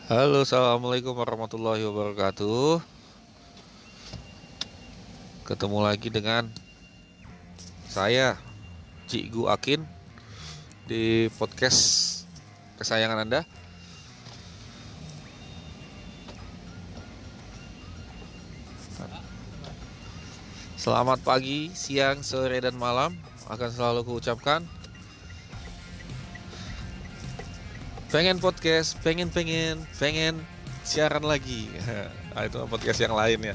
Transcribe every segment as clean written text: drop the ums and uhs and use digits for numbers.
Halo, assalamualaikum warahmatullahi wabarakatuh. Ketemu lagi dengan saya, Cikgu Akin, di podcast kesayangan Anda. Selamat pagi, siang, sore, dan malam. Akan selalu kuucapkan. Pengen podcast, pengen siaran lagi. Nah, itu podcast yang lain ya.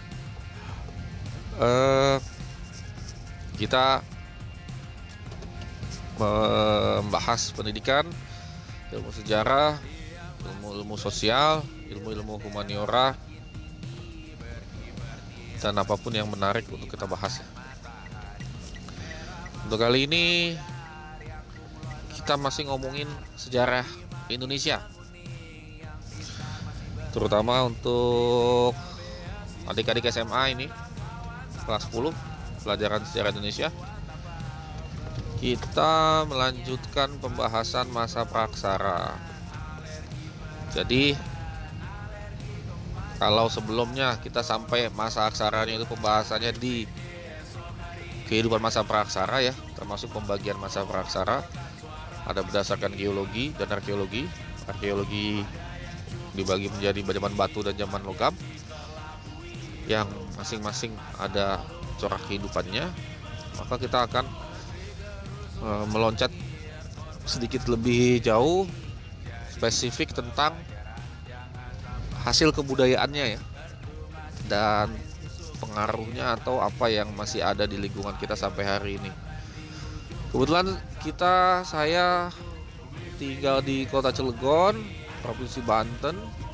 Eh, kita membahas pendidikan, ilmu sejarah, ilmu sosial, ilmu humaniora, dan apapun yang menarik untuk kita bahas ya. Untuk kali ini kita masih ngomongin sejarah Indonesia, terutama untuk adik-adik SMA ini kelas 10 pelajaran sejarah Indonesia. Kita melanjutkan pembahasan masa praksara. Jadi kalau sebelumnya kita sampai masa aksaranya itu pembahasannya di kehidupan masa praksara ya, termasuk pembagian masa praksara ada berdasarkan geologi dan arkeologi. Arkeologi dibagi menjadi zaman batu dan zaman logam, yang masing-masing ada corak kehidupannya. Maka kita akan meloncat sedikit lebih jauh, spesifik tentang hasil kebudayaannya ya, dan pengaruhnya atau apa yang masih ada di lingkungan kita sampai hari ini. Kebetulan saya tinggal di kota Cilegon, Provinsi Banten.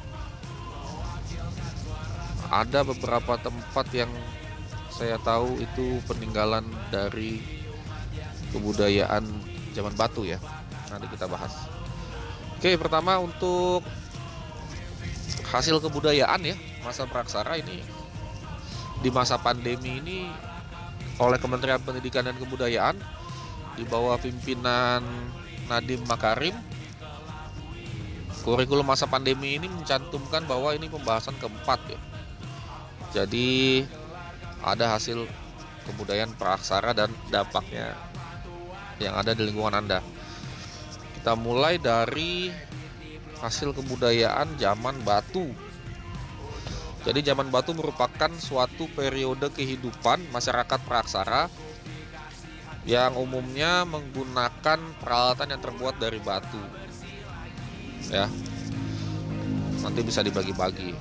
Ada beberapa tempat yang saya tahu itu peninggalan dari kebudayaan zaman batu ya. Nanti kita bahas. Oke, pertama untuk hasil kebudayaan ya, masa praksara ini di masa pandemi ini oleh Kementerian Pendidikan dan Kebudayaan di bawah pimpinan Nadiem Makarim, kurikulum masa pandemi ini mencantumkan bahwa ini pembahasan keempat ya. Jadi ada hasil kebudayaan praksara dan dampaknya yang ada di lingkungan Anda. Kita mulai dari hasil kebudayaan zaman batu. Jadi zaman batu merupakan suatu periode kehidupan masyarakat praksara yang umumnya menggunakan peralatan yang terbuat dari batu. Ya. Nanti bisa dibagi-bagi.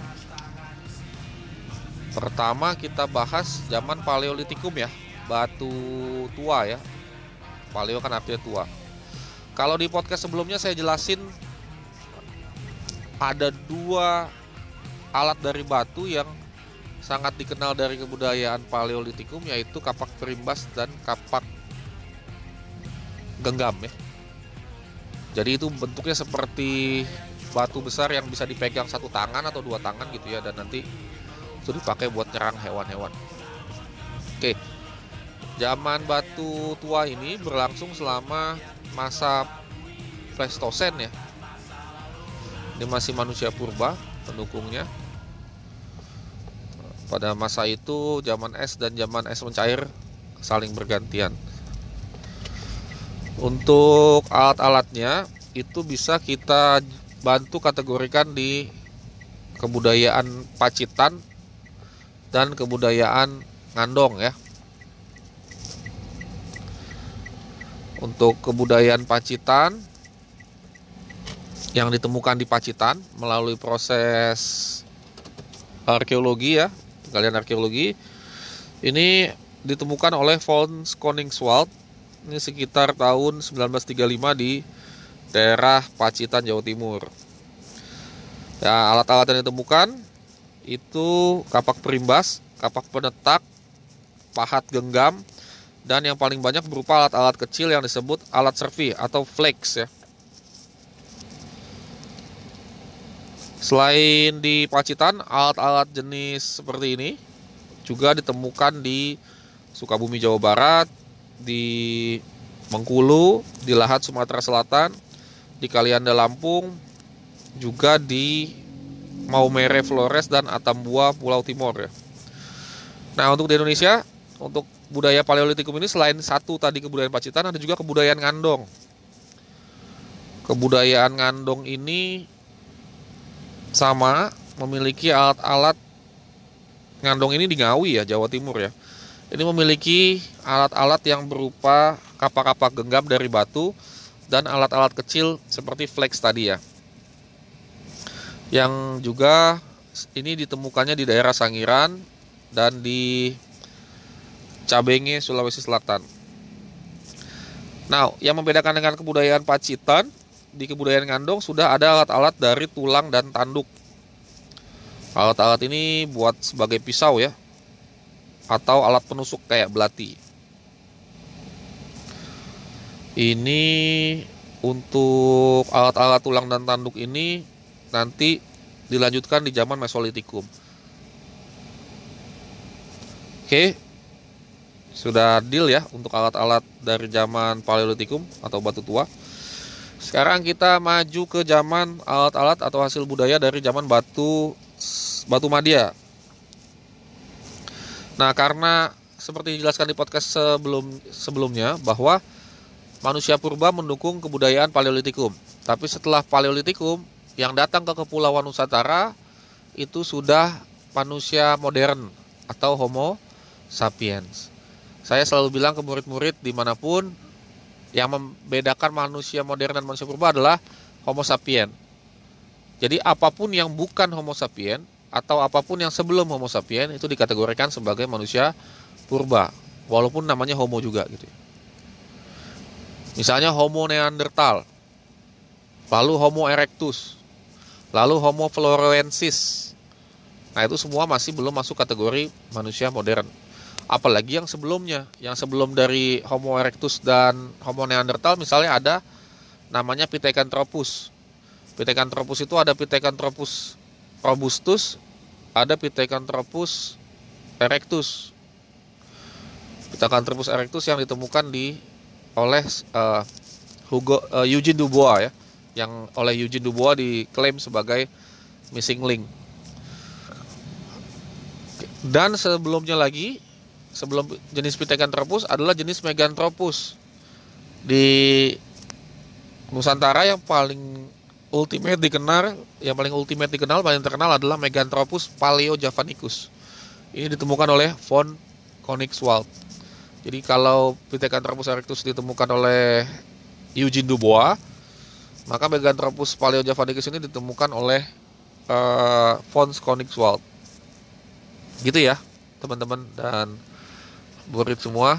Pertama kita bahas zaman Paleolitikum ya, batu tua ya. Paleo kan artinya tua. Kalau di podcast sebelumnya saya jelasin ada dua alat dari batu yang sangat dikenal dari kebudayaan Paleolitikum, yaitu kapak perimbas dan kapak genggam ya. Jadi itu bentuknya seperti batu besar yang bisa dipegang satu tangan atau dua tangan gitu ya, dan nanti itu dipakai buat nyerang hewan-hewan. Oke. Zaman batu tua ini berlangsung selama masa Pleistosen ya. Ini masih manusia purba pendukungnya. Pada masa itu zaman es dan zaman es mencair saling bergantian. Untuk alat-alatnya itu bisa kita bantu kategorikan di kebudayaan Pacitan dan kebudayaan Ngandong ya. Untuk kebudayaan Pacitan yang ditemukan di Pacitan melalui proses arkeologi ya, penggalian arkeologi, ini ditemukan oleh von Koningswald ini sekitar tahun 1935 di daerah Pacitan, Jawa Timur. Ya, alat-alat yang ditemukan itu kapak perimbas, kapak penetak, pahat genggam, dan yang paling banyak berupa alat-alat kecil yang disebut alat servi atau flakes ya. Selain di Pacitan, alat-alat jenis seperti ini juga ditemukan di Sukabumi, Jawa Barat, di Bengkulu, di Lahat, Sumatera Selatan, di Kalianda, Lampung, juga di Maumere Flores dan Atambua Pulau Timor ya. Nah, untuk di Indonesia, untuk budaya Paleolitikum ini selain satu tadi kebudayaan Pacitan, ada juga kebudayaan Ngandong. Kebudayaan Ngandong ini sama, memiliki alat-alat. Ngandong ini di Ngawi ya, Jawa Timur ya. Ini memiliki alat-alat yang berupa kapak-kapak genggam dari batu dan alat-alat kecil seperti flex tadi ya. Yang juga ini ditemukannya di daerah Sangiran dan di Cabenge, Sulawesi Selatan. Nah, yang membedakan dengan kebudayaan Pacitan, di kebudayaan Ngandong sudah ada alat-alat dari tulang dan tanduk. Alat-alat ini buat sebagai pisau ya, atau alat penusuk kayak belati. Ini untuk alat-alat tulang dan tanduk ini nanti dilanjutkan di zaman Mesolitikum. Oke, sudah deal ya untuk alat-alat dari zaman Paleolitikum atau batu tua. Sekarang kita maju ke zaman alat-alat atau hasil budaya dari zaman batu Madya. Nah, karena seperti dijelaskan di podcast sebelumnya bahwa manusia purba mendukung kebudayaan Paleolitikum. Tapi setelah Paleolitikum, yang datang ke Kepulauan Nusantara itu sudah manusia modern atau Homo sapiens. Saya selalu bilang ke murid-murid dimanapun, yang membedakan manusia modern dan manusia purba adalah Homo sapiens. Jadi apapun yang bukan Homo sapiens atau apapun yang sebelum Homo sapiens itu dikategorikan sebagai manusia purba, walaupun namanya Homo juga gitu. Misalnya Homo neanderthal, lalu Homo erectus, lalu Homo floresiensis. Nah, itu semua masih belum masuk kategori manusia modern. Apalagi yang sebelumnya, yang sebelum dari Homo erectus dan Homo neanderthal, misalnya ada namanya Pithecanthropus. Pithecanthropus itu ada Pithecanthropus robustus, ada Pithecanthropus erectus. Pithecanthropus erectus yang ditemukan oleh Eugene Dubois ya, yang oleh Eugene Dubois diklaim sebagai missing link. Dan sebelumnya lagi, sebelum jenis Pithecanthropus adalah jenis Meganthropus. Di Nusantara yang paling terkenal adalah Meganthropus paleojavanicus. Ini ditemukan oleh von Koenigswald. Jadi kalau Pithecanthropus erectus ditemukan oleh Eugene Dubois, maka Meganthropus paleojavanicus ini ditemukan oleh von Koenigswald. Gitu ya, teman-teman dan murid semua.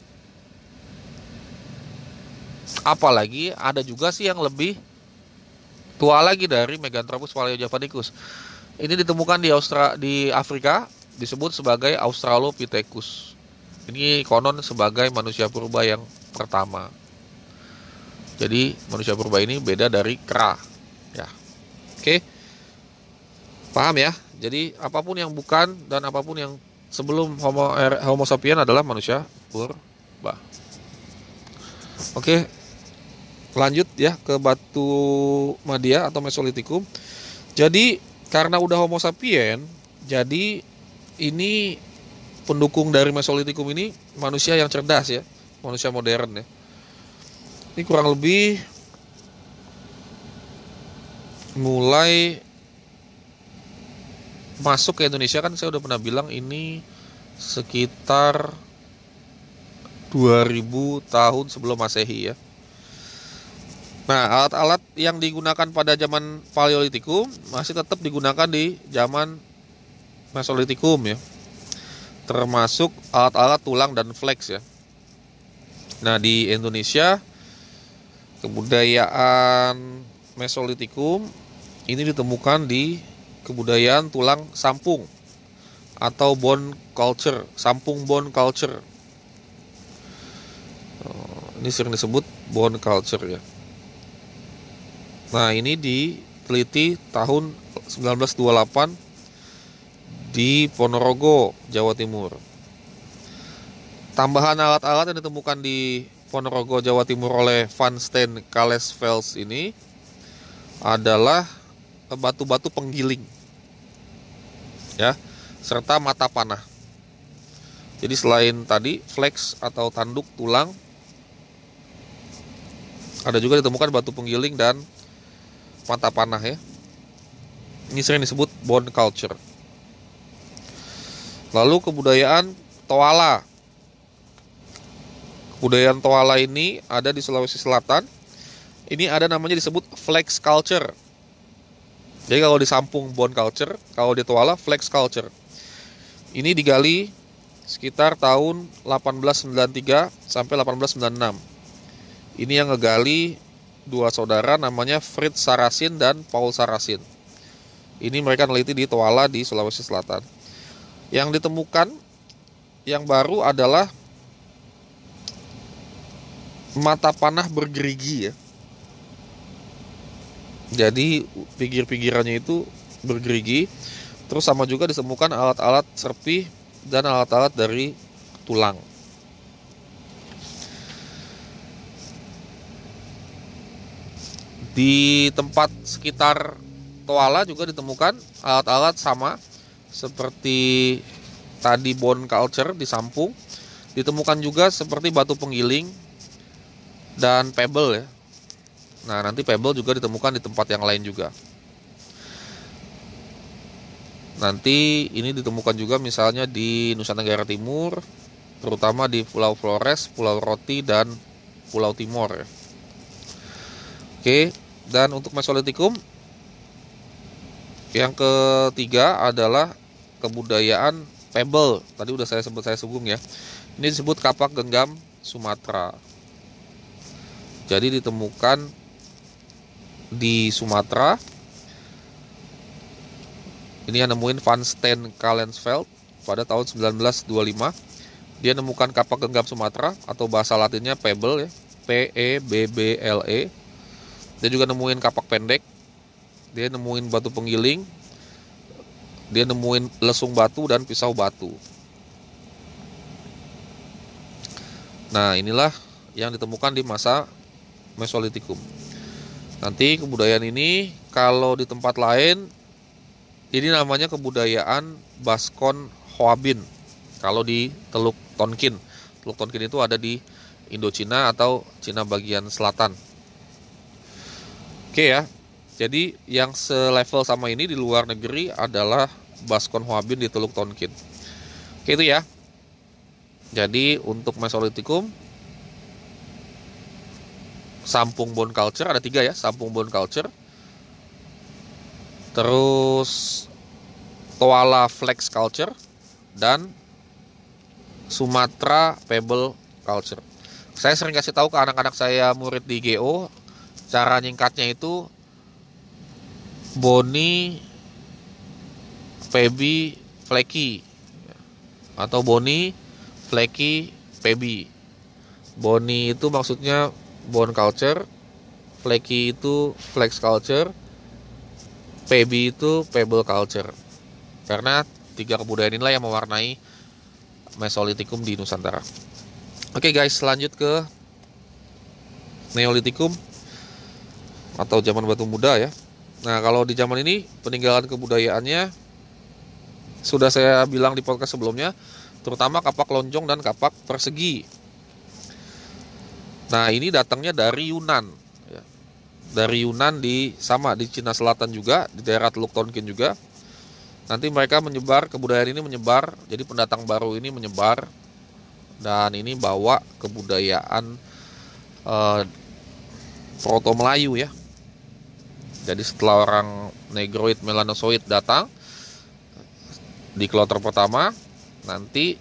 Apalagi ada juga sih yang lebih tua lagi dari Meganthropus paleojavanicus. Ini ditemukan di Afrika, disebut sebagai Australopithecus. Ini konon sebagai manusia purba yang pertama. Jadi manusia purba ini beda dari kera. Ya, oke, paham ya? Jadi apapun yang bukan dan apapun yang sebelum Homo sapiens adalah manusia purba. Oke, lanjut ya ke batu Madya atau Mesolitikum. Jadi karena udah Homo sapiens, jadi ini pendukung dari Mesolitikum ini manusia yang cerdas ya, manusia modern ya. Ini kurang lebih mulai masuk ke Indonesia, kan saya udah pernah bilang ini sekitar 2000 tahun sebelum Masehi ya. Nah, alat-alat yang digunakan pada zaman Paleolitikum masih tetap digunakan di zaman Mesolitikum ya. Termasuk alat-alat tulang dan flex ya. Nah, di Indonesia kebudayaan Mesolitikum ini ditemukan di kebudayaan tulang sampung atau bone culture, sampung bone culture. Ini sering disebut bone culture ya. Nah, ini diteliti tahun 1928 di Ponorogo, Jawa Timur. Tambahan alat-alat yang ditemukan di Ponorogo, Jawa Timur oleh Van Steen Kalesveld ini adalah batu-batu penggiling ya, serta mata panah. Jadi selain tadi flex atau tanduk tulang, ada juga ditemukan batu penggiling dan mata panah ya. Ini sering disebut bone culture. Lalu kebudayaan Toala. Kebudayaan Toala ini ada di Sulawesi Selatan. Ini ada namanya disebut flex culture. Jadi kalau di Sampung bone culture, kalau di Toala flex culture. Ini digali sekitar tahun 1893 sampai 1896. Ini yang ngegali dua saudara namanya Fritz Sarasin dan Paul Sarasin. Ini mereka neliti di Toala di Sulawesi Selatan. Yang ditemukan yang baru adalah mata panah bergerigi ya. Jadi pinggir-pinggirannya itu bergerigi. Terus sama juga ditemukan alat-alat serpih dan alat-alat dari tulang. Di tempat sekitar Toala juga ditemukan alat-alat sama seperti tadi bone culture di Sampung. Ditemukan juga seperti batu penggiling dan pebble ya. Nah, nanti pebble juga ditemukan di tempat yang lain juga. Nanti ini ditemukan juga misalnya di Nusa Tenggara Timur, terutama di Pulau Flores, Pulau Roti, dan Pulau Timor ya. Oke, dan untuk Mesolitikum yang ketiga adalah kebudayaan pebble. Tadi udah saya singgung ya. Ini disebut kapak genggam Sumatera. Jadi ditemukan di Sumatera. Ini yang nemuin Van Steen Kalensveld pada tahun 1925. Dia nemukan kapak genggam Sumatera atau bahasa latinnya pebble ya, P-E-B-B-L-E. Dia juga nemuin kapak pendek. Dia nemuin batu penggiling. Dia nemuin lesung batu dan pisau batu. Nah, inilah yang ditemukan di masa Mesolitikum. Nanti kebudayaan ini kalau di tempat lain ini namanya kebudayaan Baskon Hoabin. Kalau di Teluk Tonkin. Teluk Tonkin itu ada di Indochina atau Cina bagian selatan. Oke ya. Jadi yang selevel sama ini di luar negeri adalah Baskon Hoabin di Teluk Tonkin. Oke itu ya. Jadi untuk Mesolitikum, Sampung bone culture ada 3 ya, Sampung bone culture. Terus Toala flex culture dan Sumatera pebble culture. Saya sering kasih tahu ke anak-anak saya murid di GO, cara nyingkatnya itu Boni Pebi Flecky atau Boni Flecky Pebi. Boni itu maksudnya bone culture, Flecky itu flex culture, Pebi itu pebble culture. Karena 3 kebudayaan inilah yang mewarnai Mesolitikum di Nusantara. Oke guys, lanjut ke Neolitikum atau zaman batu muda ya. Nah, kalau di zaman ini peninggalan kebudayaannya sudah saya bilang di podcast sebelumnya, terutama kapak lonjong dan kapak persegi. Nah, ini datangnya dari Yunan ya. Dari Yunan di Cina Selatan juga, di daerah Teluk Tonkin juga. Nanti mereka menyebar, kebudayaan ini menyebar, jadi pendatang baru ini menyebar dan ini bawa kebudayaan Proto Melayu ya. Jadi setelah orang Negroid Melanosoid datang di kloter pertama, nanti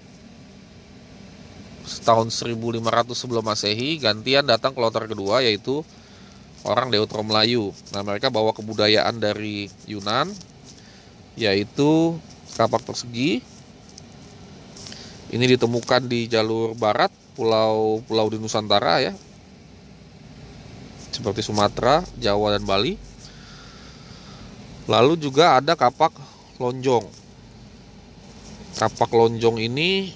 tahun 1500 sebelum Masehi gantian datang kloter kedua yaitu orang Deutero Melayu. Nah, mereka bawa kebudayaan dari Yunan yaitu kapak persegi. Ini ditemukan di jalur barat pulau di Nusantara ya. Seperti Sumatera, Jawa dan Bali. Lalu juga ada kapak lonjong. Kapak lonjong ini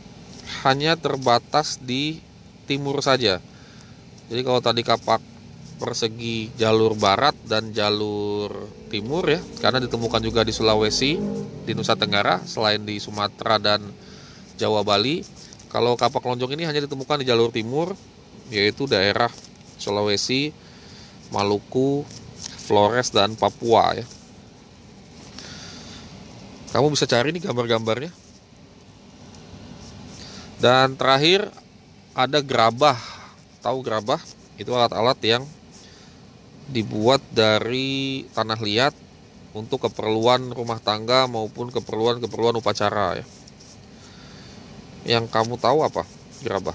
hanya terbatas di timur saja. Jadi kalau tadi kapak persegi jalur barat dan jalur timur ya, karena ditemukan juga di Sulawesi, di Nusa Tenggara, selain di Sumatera dan Jawa, Bali. Kalau kapak lonjong ini hanya ditemukan di jalur timur, yaitu daerah Sulawesi, Maluku, Flores, dan Papua ya. Kamu bisa cari nih gambar-gambarnya. Dan terakhir ada gerabah. Tahu gerabah? Itu alat-alat yang dibuat dari tanah liat untuk keperluan rumah tangga maupun keperluan upacara ya. Yang kamu tahu apa gerabah?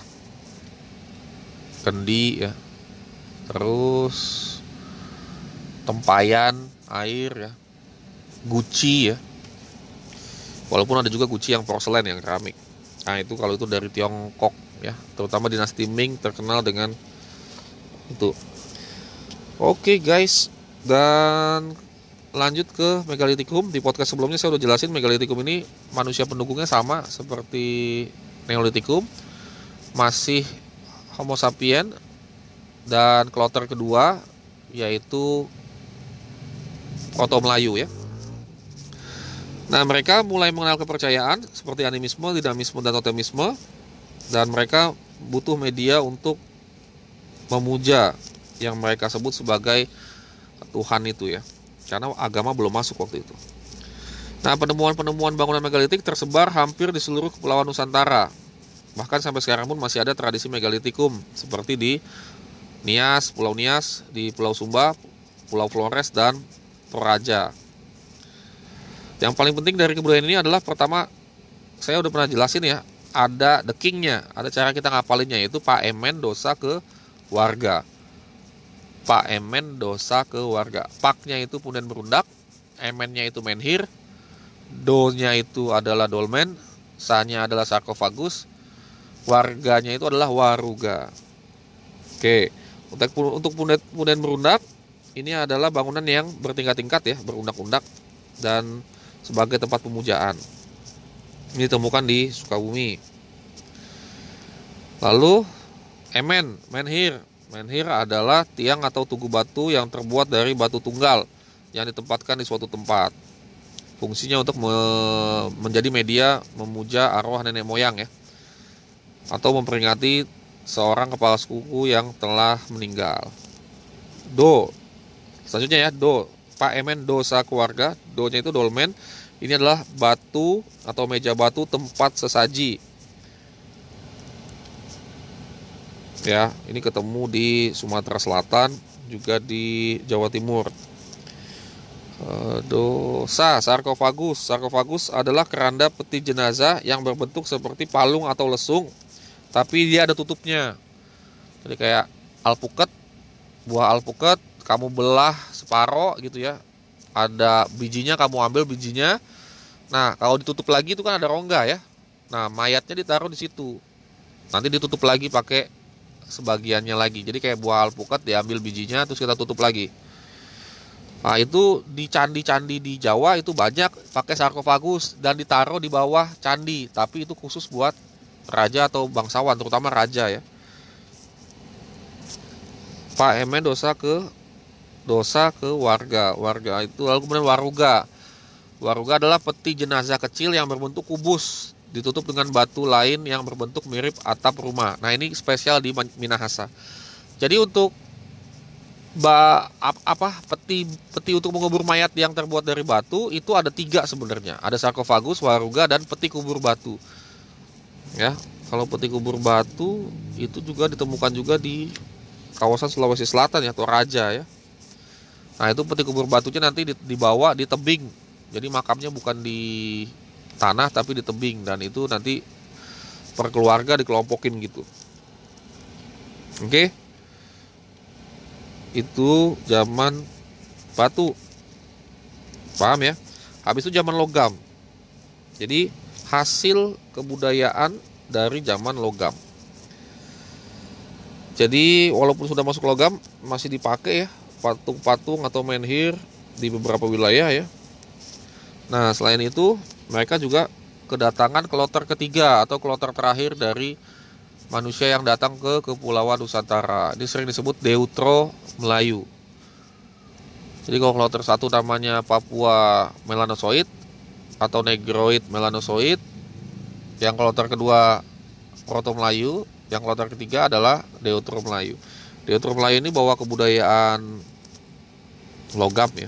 Kendi ya. Terus tempayan air ya. Guci ya. Walaupun ada juga guci yang porselen, yang keramik. Nah itu kalau itu dari Tiongkok ya, terutama dinasti Ming terkenal dengan itu. Oke guys, dan lanjut ke Megalitikum. Di podcast sebelumnya saya udah jelasin Megalitikum ini manusia pendukungnya sama seperti Neolitikum, masih Homo sapien, dan kloter kedua yaitu Proto Melayu ya. Nah mereka mulai mengenal kepercayaan seperti animisme, dinamisme, dan totemisme, dan mereka butuh media untuk memuja yang mereka sebut sebagai Tuhan itu ya, karena agama belum masuk waktu itu. Nah penemuan-penemuan bangunan megalitik tersebar hampir di seluruh kepulauan Nusantara. Bahkan sampai sekarang pun masih ada tradisi megalitikum, seperti di Nias, Pulau Nias, di Pulau Sumba, Pulau Flores, dan Toraja. Yang paling penting dari kebudayaan ini adalah, pertama, saya udah pernah jelasin ya, ada the king-nya, ada cara kita ngapalinnya, yaitu paemen dosa ke warga. Paemen dosa ke warga. Paknya itu punden berundak, emennya itu menhir, do-nya itu adalah dolmen, sa-nya adalah sarkofagus, warganya itu adalah waruga. Oke, untuk punden berundak, ini adalah bangunan yang bertingkat-tingkat ya, berundak-undak, dan sebagai tempat pemujaan. Ini ditemukan di Sukabumi. Lalu menhir. Menhir adalah tiang atau tugu batu yang terbuat dari batu tunggal yang ditempatkan di suatu tempat. Fungsinya untuk menjadi media memuja arwah nenek moyang ya, atau memperingati seorang kepala suku yang telah meninggal. Do, selanjutnya ya, do, paemen dosa keluarga. Do-nya itu dolmen. Ini adalah batu atau meja batu tempat sesaji. Ya, ini ketemu di Sumatera Selatan, juga di Jawa Timur. Dosa, sarkofagus. Sarkofagus adalah keranda peti jenazah yang berbentuk seperti palung atau lesung, tapi dia ada tutupnya. Jadi kayak alpukat, buah alpukat, kamu belah separoh gitu ya. Ada bijinya, kamu ambil bijinya. Nah, kalau ditutup lagi itu kan ada rongga ya. Nah, mayatnya ditaruh di situ. Nanti ditutup lagi pakai sebagiannya lagi. Jadi kayak buah alpukat diambil bijinya terus kita tutup lagi. Nah, itu di candi-candi di Jawa itu banyak pakai sarkofagus dan ditaruh di bawah candi, tapi itu khusus buat raja atau bangsawan, terutama raja ya. Paemen dosa ke warga. Warga itu, lalu kemudian waruga. Waruga adalah peti jenazah kecil yang berbentuk kubus, ditutup dengan batu lain yang berbentuk mirip atap rumah. Nah, ini spesial di Minahasa. Jadi untuk peti untuk mengubur mayat yang terbuat dari batu itu ada 3 sebenarnya. Ada sarkofagus, waruga, dan peti kubur batu. Ya, kalau peti kubur batu itu juga ditemukan juga di kawasan Sulawesi Selatan ya, Toraja ya. Nah, itu peti kubur batunya nanti dibawa di tebing. Jadi makamnya bukan di tanah tapi di tebing, dan itu nanti per keluarga dikelompokin gitu. Oke. Itu zaman batu. Paham ya? Habis itu zaman logam. Jadi hasil kebudayaan dari zaman logam. Jadi walaupun sudah masuk logam, masih dipakai ya patung-patung atau menhir di beberapa wilayah ya. Nah, selain itu mereka juga kedatangan kloter ketiga atau kloter terakhir dari manusia yang datang ke Kepulauan Nusantara. Ini sering disebut Deutero Melayu. Jadi kalau kloter satu namanya Papua Melanosoid atau Negroid Melanosoid, yang kloter kedua Proto Melayu, yang kloter ketiga adalah Deutero Melayu. Deutero Melayu ini bawa kebudayaan logam ya.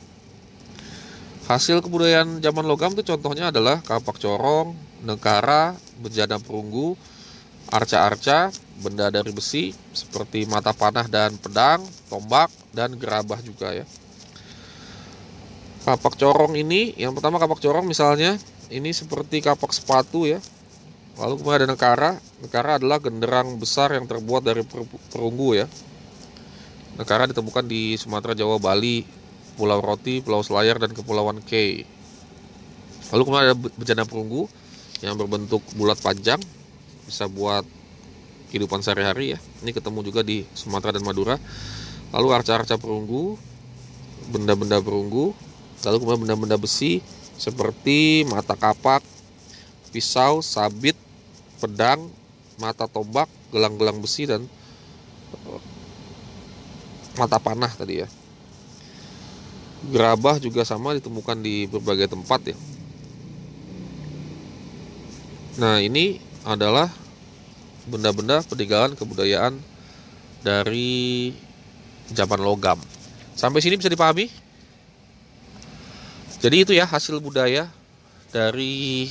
Hasil kebudayaan zaman logam itu contohnya adalah kapak corong, negara, bejana perunggu, arca-arca, benda dari besi seperti mata panah dan pedang, tombak, dan gerabah juga ya. Kapak corong ini, yang pertama kapak corong misalnya, ini seperti kapak sepatu ya. Lalu kemudian ada nekara. Nekara adalah genderang besar yang terbuat dari perunggu ya. Nekara ditemukan di Sumatera, Jawa, Bali, Pulau Roti, Pulau Selayar, dan Kepulauan K. Lalu kemudian ada bejana perunggu yang berbentuk bulat panjang, bisa buat kehidupan sehari-hari ya. Ini ketemu juga di Sumatera dan Madura. Lalu arca-arca perunggu, benda-benda perunggu. Lalu kemudian benda-benda besi seperti mata kapak, pisau, sabit, pedang, mata tombak, gelang-gelang besi, dan mata panah tadi ya. Gerabah juga sama ditemukan di berbagai tempat ya. Nah, ini adalah benda-benda peninggalan kebudayaan dari zaman logam. Sampai sini bisa dipahami? Jadi itu ya hasil budaya dari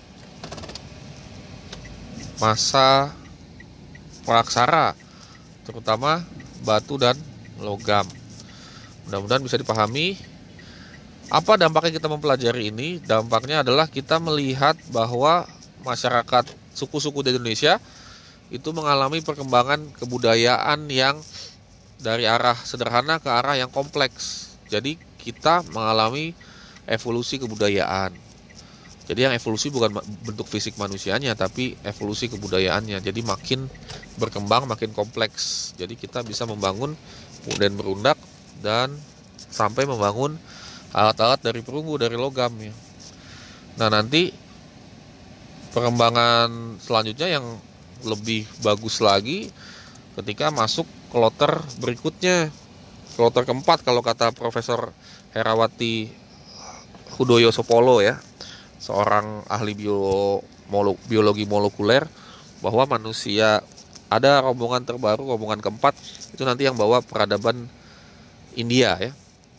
masa praksara, terutama batu dan logam. Mudah-mudahan bisa dipahami. Apa dampaknya kita mempelajari ini? Dampaknya adalah kita melihat bahwa masyarakat suku-suku di Indonesia itu mengalami perkembangan kebudayaan yang dari arah sederhana ke arah yang kompleks. Jadi kita mengalami evolusi kebudayaan. Jadi yang evolusi bukan bentuk fisik manusianya, tapi evolusi kebudayaannya. Jadi makin berkembang, makin kompleks. Jadi kita bisa membangun kemudian berundak dan sampai membangun alat-alat dari perunggu, dari logam ya. Nah, nanti perkembangan selanjutnya yang lebih bagus lagi ketika masuk kloter berikutnya, kloter keempat kalau kata Profesor Herawati Hudoyo Sopolo ya, seorang ahli biologi molekuler, bahwa manusia ada rombongan terbaru, rombongan keempat, itu nanti yang bawa peradaban India ya.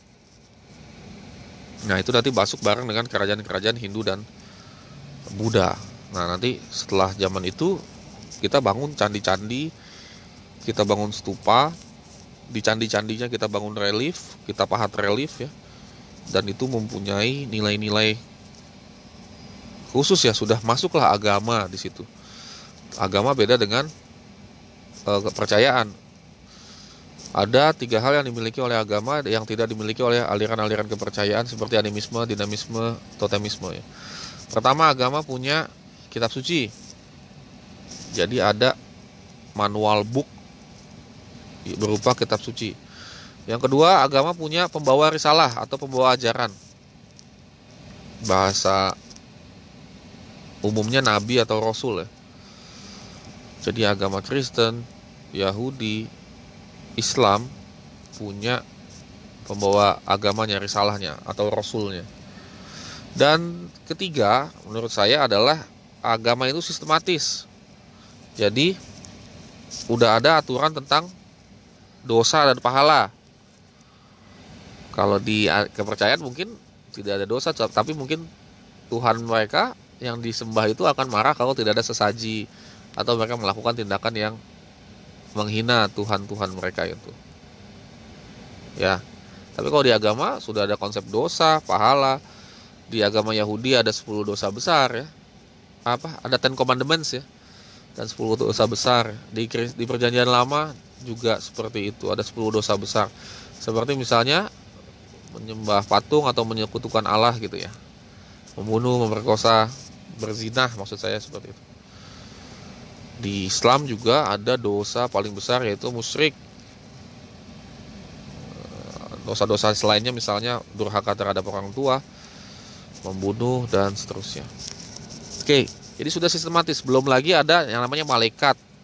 Nah, itu nanti masuk bareng dengan kerajaan-kerajaan Hindu dan Buddha. Nah, nanti setelah zaman itu kita bangun candi-candi, kita bangun stupa, di candi-candinya kita bangun relief, kita pahat relief ya. Dan itu mempunyai nilai-nilai khusus ya, sudah masuklah agama di situ. Agama beda dengan kepercayaan. Ada 3 hal yang dimiliki oleh agama yang tidak dimiliki oleh aliran-aliran kepercayaan seperti animisme, dinamisme, totemisme ya. Pertama, agama punya kitab suci. Jadi ada manual book berupa kitab suci. Yang kedua, agama punya pembawa risalah atau pembawa ajaran. Bahasa umumnya nabi atau rasul ya. Jadi agama Kristen, Yahudi, Islam punya pembawa agamanya, risalahnya atau rasulnya. Dan ketiga, menurut saya adalah agama itu sistematis. Jadi udah ada aturan tentang dosa dan pahala. Kalau di kepercayaan mungkin tidak ada dosa, tapi mungkin Tuhan mereka yang disembah itu akan marah kalau tidak ada sesaji atau mereka melakukan tindakan yang menghina Tuhan-Tuhan mereka itu. Ya. Tapi kalau di agama sudah ada konsep dosa, pahala. Di agama Yahudi ada 10 dosa besar ya. Ada 10 commandments ya. Dan 10 dosa besar. Di perjanjian lama juga seperti itu, ada 10 dosa besar. Seperti misalnya menyembah patung atau menyekutukan Allah gitu ya. Membunuh, memerkosa, berzinah maksud saya seperti itu. Di Islam juga ada dosa paling besar yaitu musyrik. Dosa-dosa selainnya misalnya durhaka terhadap orang tua, membunuh dan seterusnya. Oke, jadi sudah sistematis. Belum lagi ada yang namanya malaikat.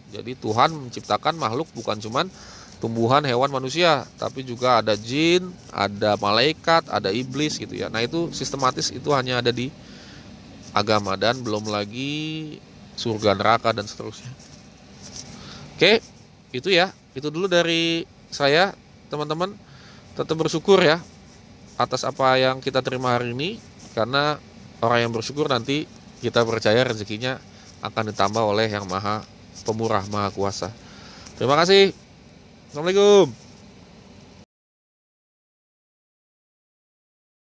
Jadi Tuhan menciptakan makhluk bukan cuman tumbuhan, hewan, manusia, tapi juga ada jin, ada malaikat, ada iblis gitu ya. Nah itu sistematis, itu hanya ada di agama, dan belum lagi surga, neraka, dan seterusnya. Oke, itu ya. Itu dulu dari saya, teman-teman. Tetap bersyukur ya atas apa yang kita terima hari ini, karena orang yang bersyukur nanti kita percaya rezekinya akan ditambah oleh yang maha pemurah, maha kuasa. Terima kasih. Assalamualaikum.